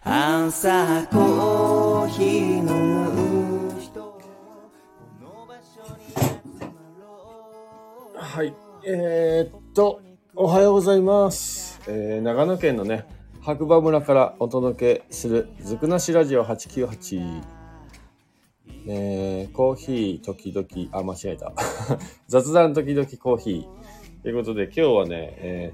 朝コーヒー飲む人この場所に集まろう。 はい、おはようございます。長野県のね白馬村からお届けするずくなしラジオ898。コーヒー時々間違えた雑談時々コーヒーということで、今日はね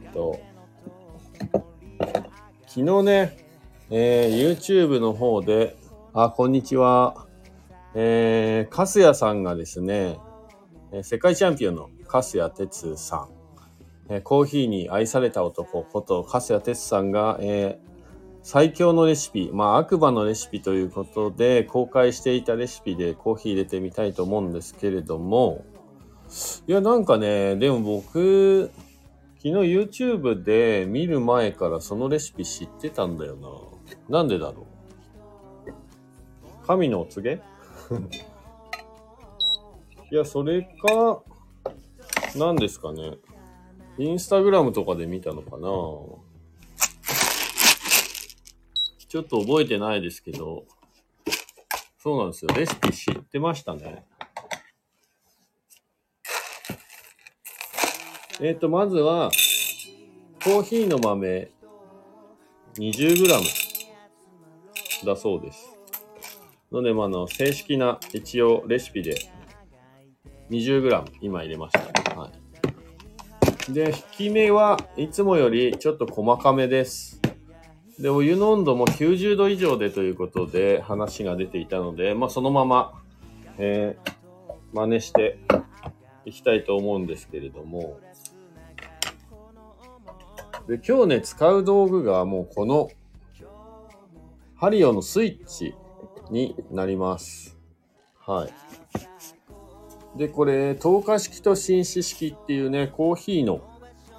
昨日ね、YouTube の方でこんにちは、粕谷さんがですね、世界チャンピオンの粕谷哲さん、コーヒーに愛された男こと粕谷哲さんが、最強のレシピ、悪魔のレシピということで公開していたレシピでコーヒー入れてみたいと思うんですけれども、いやなんかね、でも僕昨日 YouTube で見る前からそのレシピ知ってたんだよな。なんでだろう。神のお告げいや、それか何ですかね。インスタグラムとかで見たのかな。ちょっと覚えてないですけど、そうなんですよ。レシピ知ってましたね。まずはコーヒーの豆 20g だそうです。ので、正式な一応レシピで 20g 今入れました。はい。で、引き目はいつもよりちょっと細かめです。で、お湯の温度も90度以上でということで話が出ていたので、そのまま、真似していきたいと思うんですけれども。で、今日ね、使う道具がもうこのハリオのスイッチになります。はい。で、これ、透過式と浸糸式っていうね、コーヒーの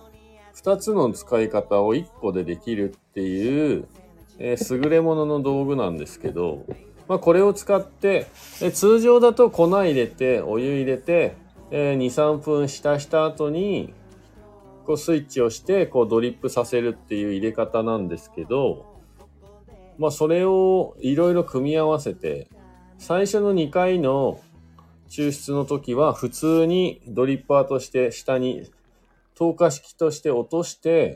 2つの使い方を1個でできるっていう、優れものの道具なんですけど、これを使って、通常だと粉入れて、お湯入れて、2、3分浸した後に、こうスイッチをして、こうドリップさせるっていう入れ方なんですけど、それをいろいろ組み合わせて、最初の2回の抽出の時は普通にドリッパーとして下に透過式として落として、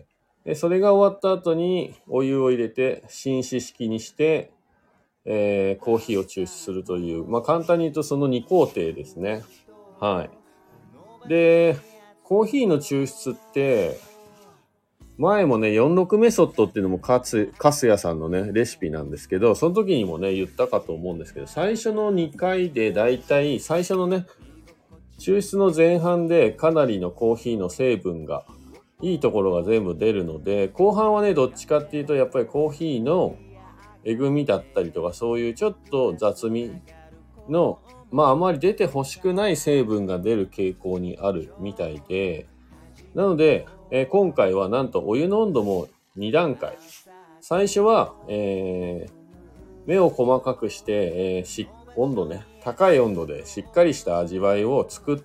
それが終わった後にお湯を入れて浸糸式にして、コーヒーを抽出するという、簡単に言うとその2工程ですね。はい。で、コーヒーの抽出って前もね、46メソッドっていうのも粕谷さんのね、レシピなんですけど、その時にもね、言ったかと思うんですけど、最初の2回でだいたい最初のね、抽出の前半でかなりのコーヒーの成分が、いいところが全部出るので、後半はね、どっちかっていうと、やっぱりコーヒーのえぐみだったりとか、そういうちょっと雑味の、あまり出てほしくない成分が出る傾向にあるみたいで、なので、今回はなんとお湯の温度も2段階。最初は、目を細かくして、温度ね、高い温度でしっかりした味わいを作って、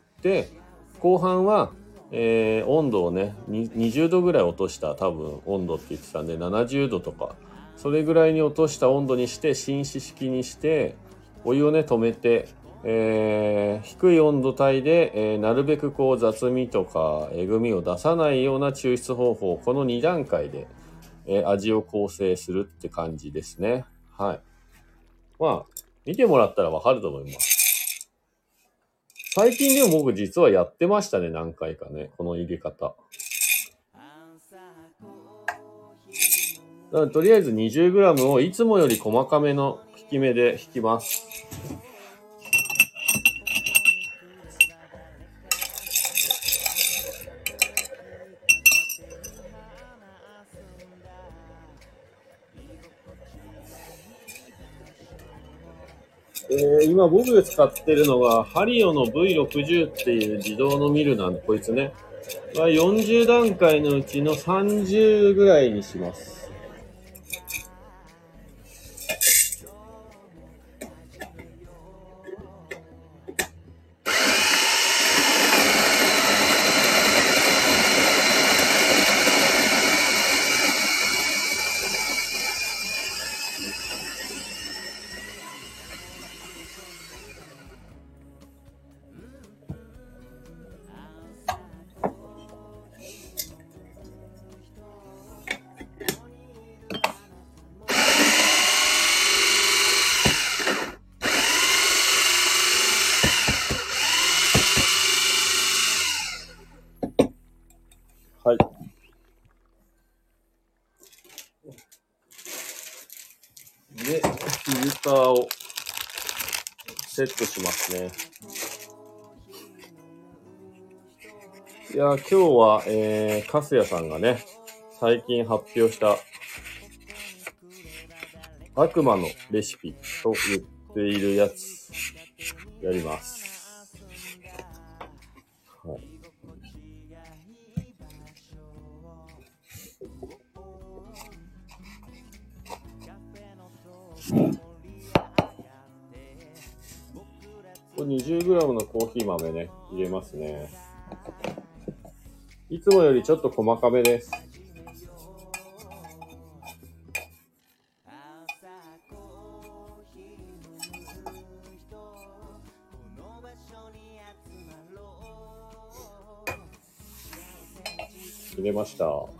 後半は、温度をね、20度ぐらい落とした多分温度って言ってたんで、70度とか、それぐらいに落とした温度にして、浸糸式にして、お湯をね、止めて、低い温度帯で、なるべくこう雑味とかえぐみを出さないような抽出方法、この2段階で、味を構成するって感じですね。はい。見てもらったらわかると思います。最近でも僕実はやってましたね、何回かね、この入れ方。だからとりあえず 20g をいつもより細かめの引き目で引きます。今僕が使ってるのがハリオの V60 っていう自動のミルなんで、こいつね。40段階のうちの30ぐらいにします。 で、フィルターをセットしますね。いや、今日は、カスヤさんがね、最近発表した悪魔のレシピと言っているやつ、やります。はい。これ 20g のコーヒー豆ね、入れますね。いつもよりちょっと細かめです。入れました。こ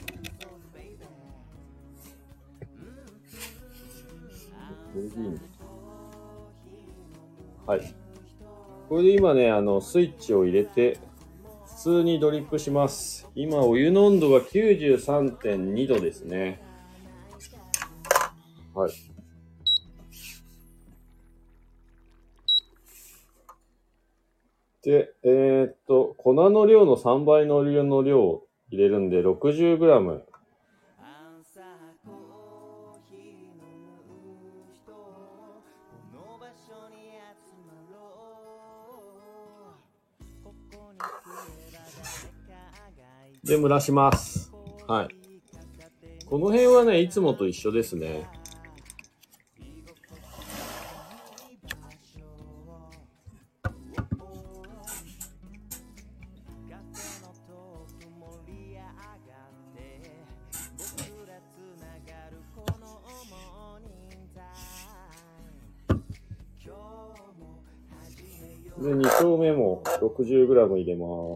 れでいいんだ。はい。これで今ね、スイッチを入れて、普通にドリップします。今、お湯の温度が 93.2 度ですね。はい。で、粉の量の3倍のお湯の量を入れるんで、60g。で、蒸らします。はい。この辺はね、いつもと一緒ですね。で、2丁目も 60g 入れます。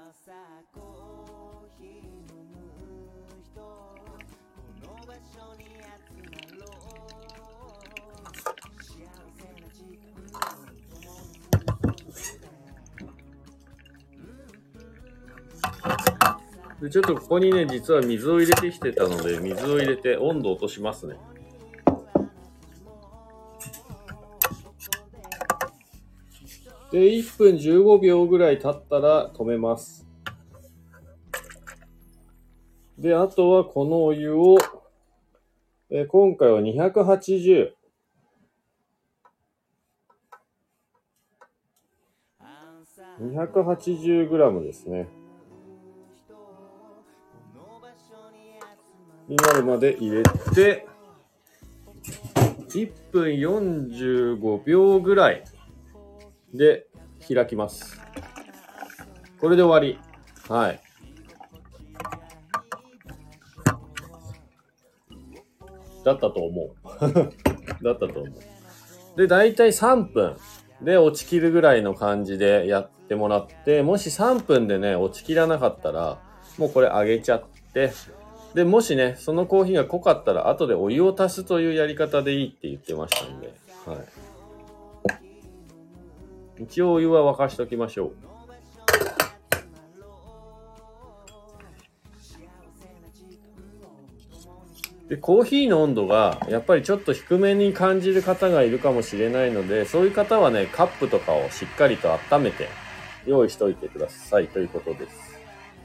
で、ちょっとここにね、実は水を入れてきてたので、水を入れて温度を落としますね。で、1分15秒ぐらい経ったら止めます。で、あとはこのお湯を、今回は280。280g ですね。になるまで入れて、1分45秒ぐらいで開きます。これで終わり。はい。だったと思う。だったと思う。で、だいたい3分で落ちきるぐらいの感じでやってもらって、もし3分でね、落ちきらなかったら、もうこれ上げちゃって、で、もしね、そのコーヒーが濃かったら、後でお湯を足すというやり方でいいって言ってましたんで、はい。一応お湯は沸かしときましょう。で、コーヒーの温度がやっぱりちょっと低めに感じる方がいるかもしれないので、そういう方はね、カップとかをしっかりと温めて用意しといてくださいということです。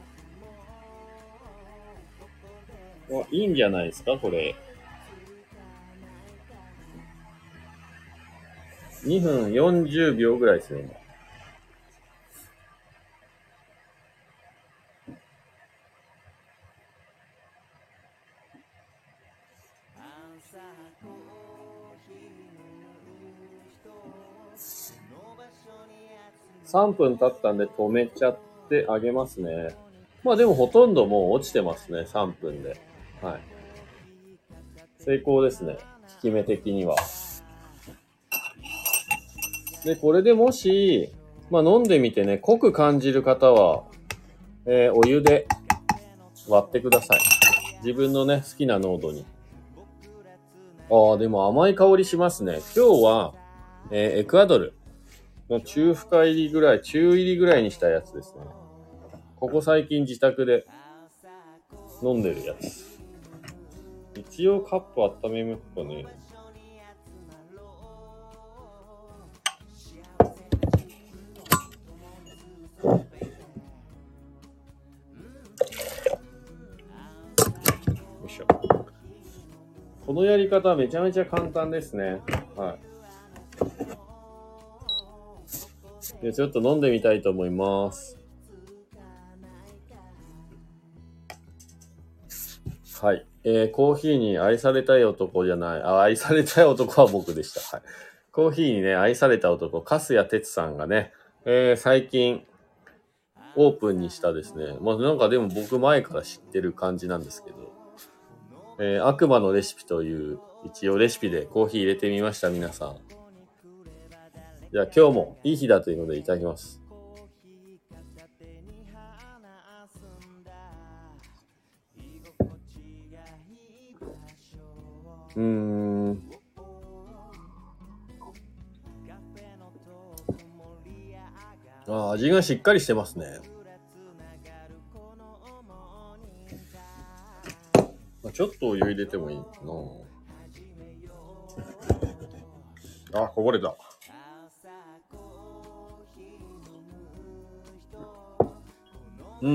いいんじゃないですか、これ。2分40秒ぐらいですね、今。3分経ったんで止めちゃってあげますね。まあでもほとんどもう落ちてますね、3分で。はい。成功ですね、効き目的には。で、これでもし、まあ飲んでみてね、濃く感じる方は、お湯で割ってください。自分のね、好きな濃度に。ああ、でも甘い香りしますね。今日は、エクアドルの中深入りぐらい、中入りぐらいにしたやつですね。ここ最近自宅で飲んでるやつ。一応カップ温めますかね。 このやり方めちゃめちゃ簡単ですね。はい。で、ちょっと飲んでみたいと思います。はい。コーヒーに愛されたい男じゃない。愛されたい男は僕でした。はい。コーヒーにね、愛された男、粕谷哲さんがね、最近、オープンにしたですね。まあなんかでも僕前から知ってる感じなんですけど、悪魔のレシピという一応レシピでコーヒー入れてみました、皆さん。じゃあ今日もいい日だというのでいただきます。味がしっかりしてますね。ちょっとお湯入れてもいいかな。こぼれた。うん。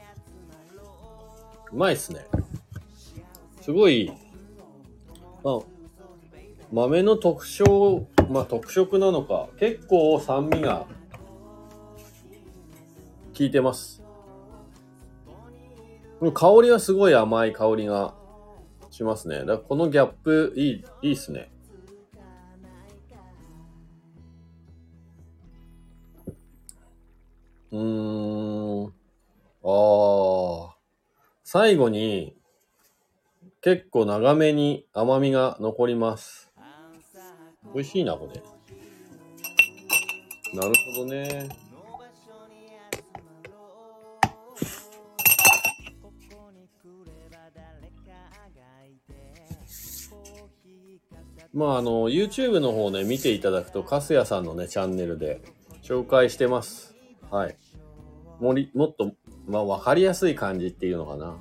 うまいっすね。すごい、豆の特色なのか、結構酸味が効いてます。香りはすごい甘い香りがしますね。だからこのギャップいいっすね。最後に結構長めに甘みが残ります。美味しいな、これ。なるほどね。YouTube の方ね、見ていただくと、粕谷さんのね、チャンネルで紹介してます。はい。もっと、わかりやすい感じっていうのかな。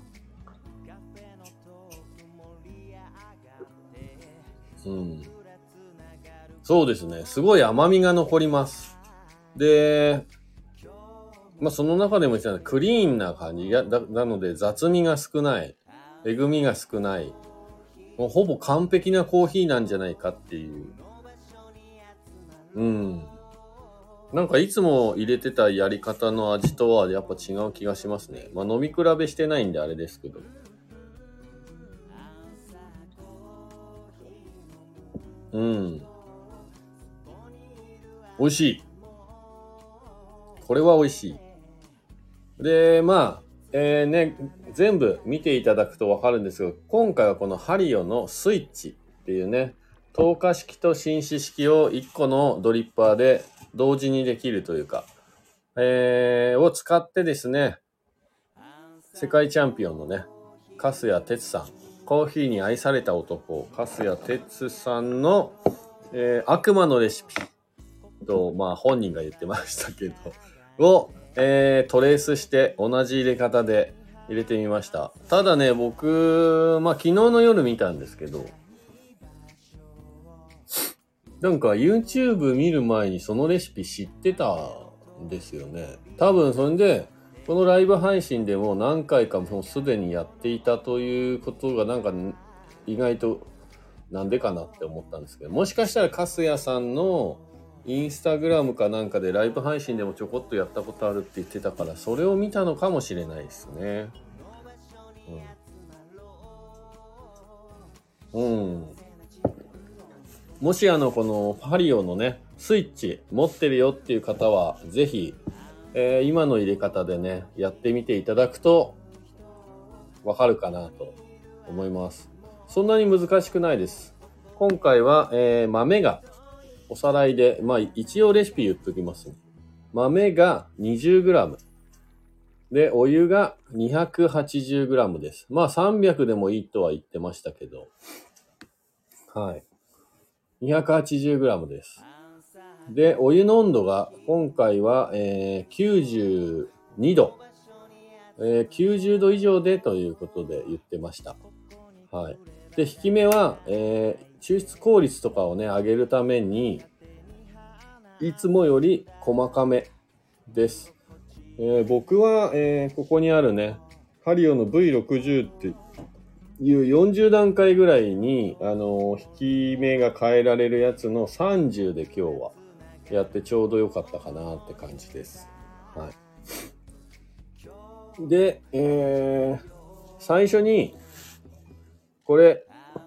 そうですね。すごい甘みが残ります。で、その中でもクリーンな感じなので雑味が少ない。えぐみが少ない。もうほぼ完璧なコーヒーなんじゃないかっていう。なんかいつも入れてたやり方の味とはやっぱ違う気がしますね。飲み比べしてないんであれですけど。美味しい。これは美味しい。で、全部見ていただくとわかるんですけど、今回はこのハリオのスイッチっていうね、透過式と浸子式を1個のドリッパーで同時にできるというか、を使ってですね、世界チャンピオンのね、粕谷哲さん、コーヒーに愛された男、粕谷哲さんの、悪魔のレシピと、本人が言ってましたけど、を、トレースして同じ入れ方で入れてみました。ただね、僕、昨日の夜見たんですけど、なんか YouTube 見る前にそのレシピ知ってたんですよね。多分それで、このライブ配信でも何回かもうすでにやっていたということがなんか意外となんでかなって思ったんですけど、もしかしたら粕谷さんのインスタグラムかなんかでライブ配信でもちょこっとやったことあるって言ってたから、それを見たのかもしれないですね。もしこのハリオのね、スイッチ持ってるよっていう方は、ぜひ、今の入れ方でね、やってみていただくと、わかるかなと思います。そんなに難しくないです。今回は、豆が、おさらいで、一応レシピ言っときます。豆が 20g。で、お湯が 280g です。300でもいいとは言ってましたけど。はい。280g です。で、お湯の温度が、今回は、92度。90度以上でということで言ってました。はい。で、引き目は、抽出効率とかをね、上げるために、いつもより細かめです。僕は、ここにあるね、ハリオの V60 っていう40段階ぐらいに、引き目が変えられるやつの30で今日はやってちょうど良かったかなって感じです。はい。で、最初に、これ、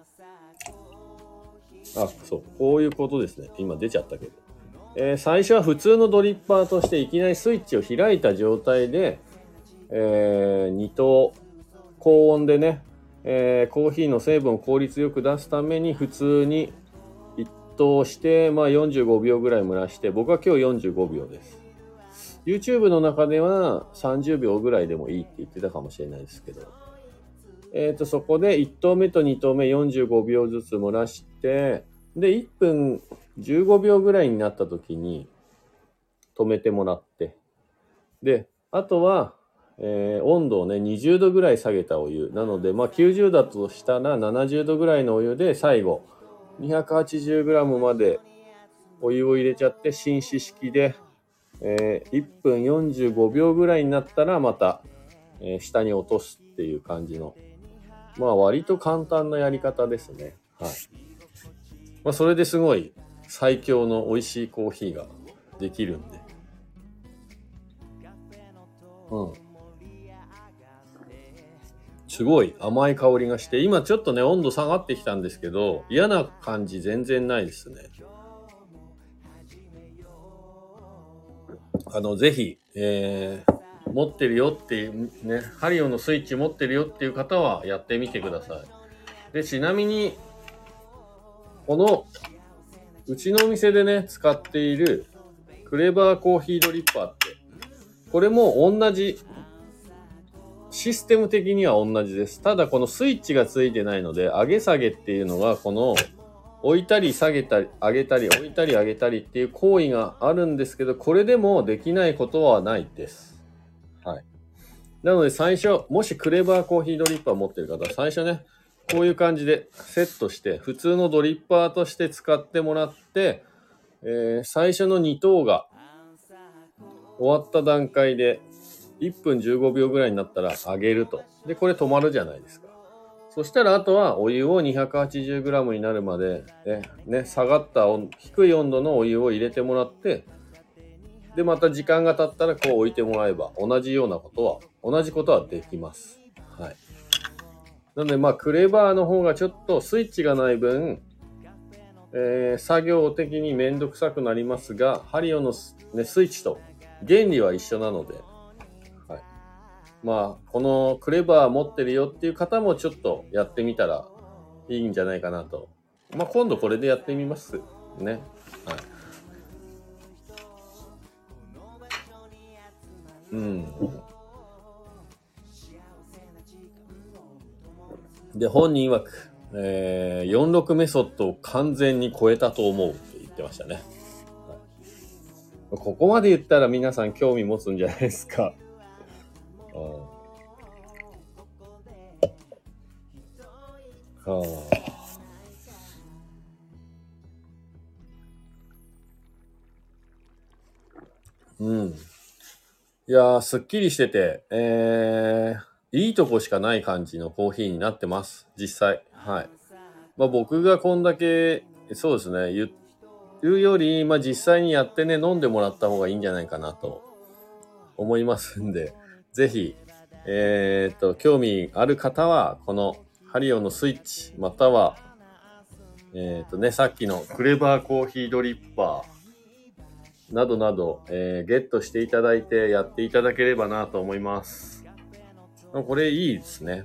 そう、こういうことですね。今出ちゃったけど。最初は普通のドリッパーとしていきなりスイッチを開いた状態で、2等高温でね、コーヒーの成分を効率よく出すために普通に1等して、45秒ぐらい蒸らして、僕は今日45秒です。YouTube の中では30秒ぐらいでもいいって言ってたかもしれないですけど、そこで1等目と2等目45秒ずつ蒸らして、で、1分15秒ぐらいになった時に止めてもらって、で、あとは、温度をね、20度ぐらい下げたお湯。なので、90度だとしたら70度ぐらいのお湯で最後、280g までお湯を入れちゃって、浸漬式で、1分45秒ぐらいになったらまた、下に落とすっていう感じの、割と簡単なやり方ですね。はい。それですごい最強の美味しいコーヒーができるんで。すごい甘い香りがして、今ちょっとね、温度下がってきたんですけど、嫌な感じ全然ないですね。ぜひ、持ってるよっていうね、ハリオのスイッチ持ってるよっていう方はやってみてください。で、ちなみに、この、うちのお店でね、使っているクレバーコーヒードリッパーって、これも同じ、システム的には同じです。ただこのスイッチがついてないので、上げ下げっていうのが、この、置いたり下げたり、上げたり、置いたり上げたりっていう行為があるんですけど、これでもできないことはないです。はい。なので最初、もしクレバーコーヒードリッパー持ってる方は、最初ね、こういう感じでセットして、普通のドリッパーとして使ってもらって、最初の2等が終わった段階で、1分15秒ぐらいになったら上げると。で、これ止まるじゃないですか。そしたらあとはお湯を 280g になるまで、下がった低い温度のお湯を入れてもらって、で、また時間が経ったらこう置いてもらえば同じことはできます。はい。なのでクレバーの方がちょっとスイッチがない分、作業的にめんどくさくなりますが、ハリオの、スイッチと原理は一緒なので、このクレバー持ってるよっていう方もちょっとやってみたらいいんじゃないかなと。今度これでやってみますね。はい。で、本人曰く、46メソッドを完全に超えたと思うって言ってましたね。はい、ここまで言ったら皆さん興味持つんじゃないですか。いやー、すっきりしてて、いいとこしかない感じのコーヒーになってます。実際。はい。僕がこんだけ、そうですね、言うより、実際にやってね、飲んでもらった方がいいんじゃないかなと思いますんで、ぜひ、興味ある方は、このハリオのスイッチ、または、さっきのクレバーコーヒードリッパーなどなど、ゲットしていただいてやっていただければなと思います。これいいですね。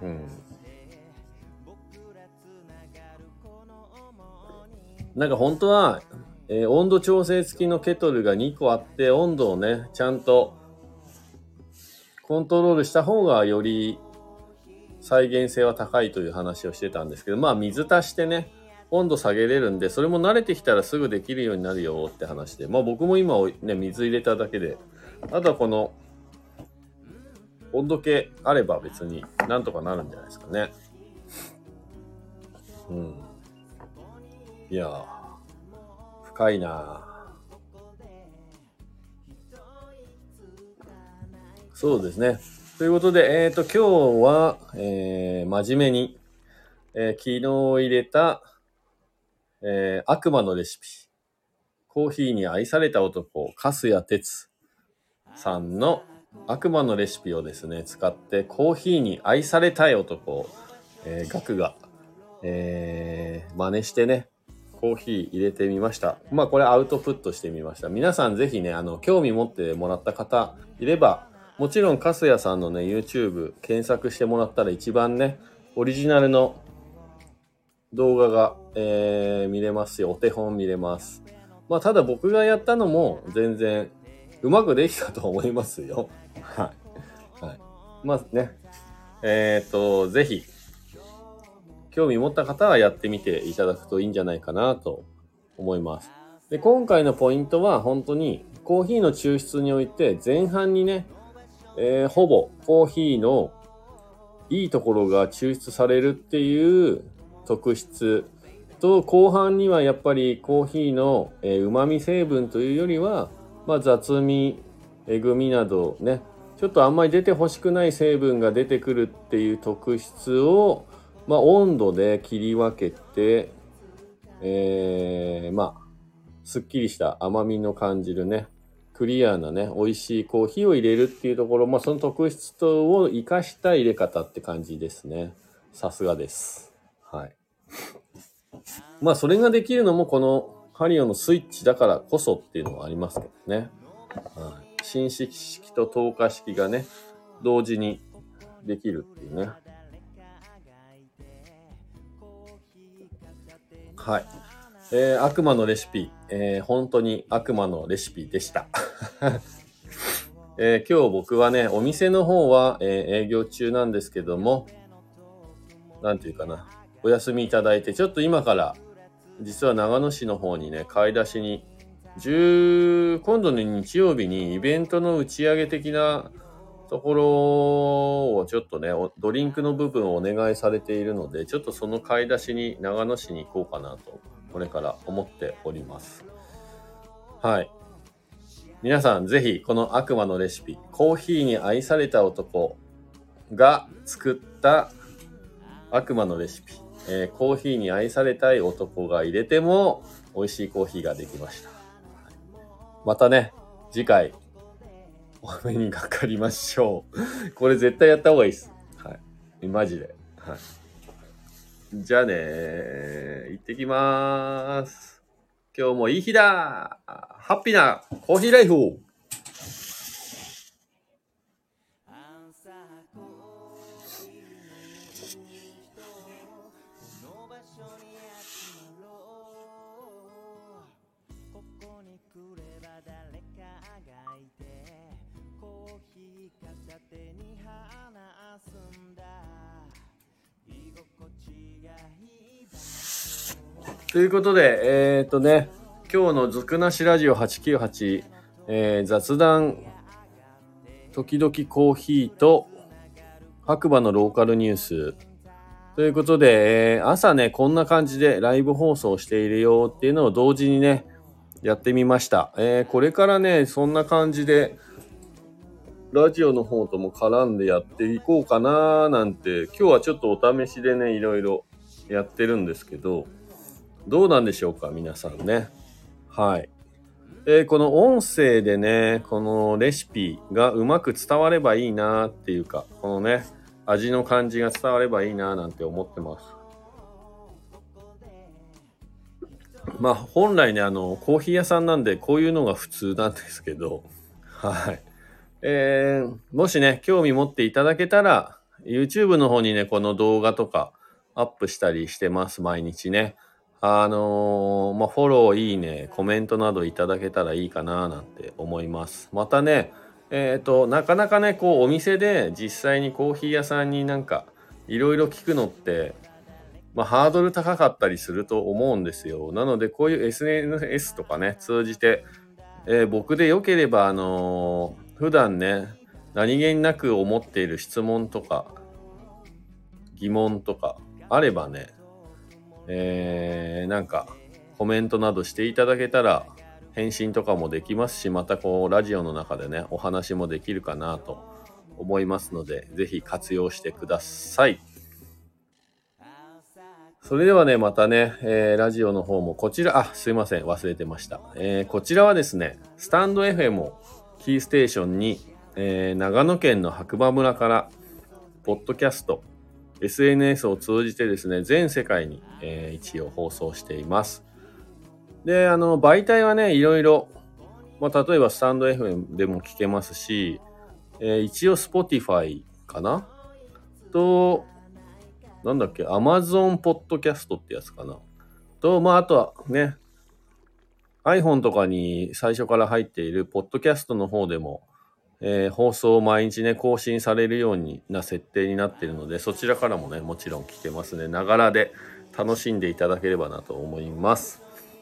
なんか本当は、温度調整付きのケトルが2個あって、温度をね、ちゃんとコントロールした方がより再現性は高いという話をしてたんですけど、水足してね、温度下げれるんで、それも慣れてきたらすぐできるようになるよって話で、僕も今ね、水入れただけで、あとはこの温度計あれば別になんとかなるんじゃないですかね。いやー、深いな。そうですね。 ということで、今日は、真面目に、昨日入れた、悪魔のレシピ。コーヒーに愛された男、粕谷哲さんの悪魔のレシピをですね、使ってコーヒーに愛されたい男、ガクが、真似してね、コーヒー入れてみました。まあこれアウトプットしてみました。皆さんぜひね、興味持ってもらった方いれば、もちろん粕谷さんのね、YouTube 検索してもらったら一番ね、オリジナルの動画が、見れますよ。お手本見れます。まあただ僕がやったのも全然うまくできたと思いますよ。はい。はい。まあね、ぜひ、興味持った方はやってみていただくといいんじゃないかなと思います。で、今回のポイントは本当にコーヒーの抽出において前半にね、ほぼコーヒーのいいところが抽出されるっていう特質と、後半にはやっぱりコーヒーの旨味成分というよりは、まあ、雑味、えぐみなどね、ちょっとあんまり出てほしくない成分が出てくるっていう特質を、まあ、温度で切り分けて、まあ、すっきりした甘みの感じるね、クリアなね、美味しいコーヒーを入れるっていうところ、まあ、その特質を生かした入れ方って感じですね。さすがです。はい。まあ、それができるのもこのハリオのスイッチだからこそっていうのはありますけどね。はい、浸式式と透過式がね、同時にできるっていうね。はい。悪魔のレシピ、本当に悪魔のレシピでした。今日僕はね、お店の方は、営業中なんですけども、なんていうかな、お休みいただいて、ちょっと今から実は長野市の方にね、買い出しに、今度の日曜日にイベントの打ち上げ的なところをちょっとね、ドリンクの部分をお願いされているので、ちょっとその買い出しに長野市に行こうかなと、これから思っております。はい。皆さんぜひこの悪魔のレシピ、コーヒーに愛された男が作った悪魔のレシピ、コーヒーに愛されたい男が入れても美味しいコーヒーができました。またね、次回お目にかかりましょう。これ絶対やった方がいいです。はい。マジで。はい。じゃあねー、行ってきまーす。今日もいい日だー。ハッピーなコーヒーライフを。ということで、今日のずくなしラジオ898、雑談、時々コーヒーと白馬のローカルニュース。ということで、朝ね、こんな感じでライブ放送しているよっていうのを同時にね、やってみました。これからね、そんな感じで、ラジオの方とも絡んでやっていこうかななんて、今日はちょっとお試しでね、いろいろやってるんですけど、どうなんでしょうか、皆さんね。はい。この音声でね、このレシピがうまく伝わればいいなっていうか、このね、味の感じが伝わればいいななんて思ってます。まあ本来ね、コーヒー屋さんなんでこういうのが普通なんですけど、はい。もしね、興味持っていただけたら、YouTube の方にね、この動画とかアップしたりしてます、毎日ね。フォロー、いいね、コメントなどいただけたらいいかななんて思います。またね、なかなかね、こう、お店で実際にコーヒー屋さんになんか、いろいろ聞くのって、ハードル高かったりすると思うんですよ。なので、こういう SNS とかね、通じて、僕でよければ、普段ね、何気なく思っている質問とか、疑問とかあればね、なんかコメントなどしていただけたら返信とかもできますし、またこうラジオの中でねお話もできるかなと思いますので、ぜひ活用してください。それではね、またね、ラジオの方もこちら、すいません、忘れてました。こちらはですね、スタンド FM をキーステーションに、長野県の白馬村から、ポッドキャスト、SNS を通じてですね、全世界に、一応放送しています。で、媒体はね、いろいろ、例えばスタンド FM でも聞けますし、一応 Spotify かなと、なんだっけ、Amazon ポッドキャストってやつかなと、あとはね、iPhone とかに最初から入っているポッドキャストの方でも、放送を毎日ね、更新されるような設定になっているので、そちらからもね、もちろん聞けますね。ながらで楽しんでいただければなと思います。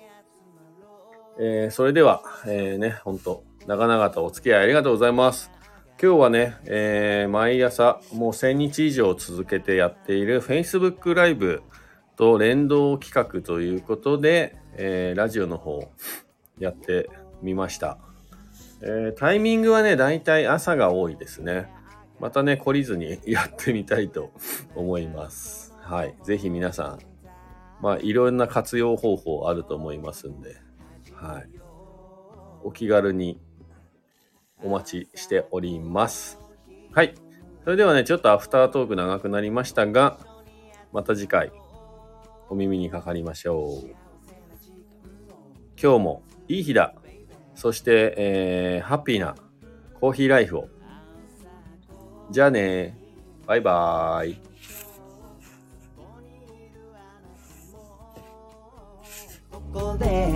それでは、本当長々とお付き合いありがとうございます。今日はね、毎朝もう1000日以上続けてやっている Facebook ライブと連動企画ということで、ラジオの方やってみました。タイミングはね、だいたい朝が多いですね。またね、懲りずにやってみたいと思います。はい。ぜひ皆さん、いろんな活用方法あると思いますんで、はい。お気軽にお待ちしております。はい。それではね、ちょっとアフタートーク長くなりましたが、また次回お耳にかかりましょう。今日もいい日だ。そして、ハッピーなコーヒーライフを。じゃあね。バイバーイ。 ここで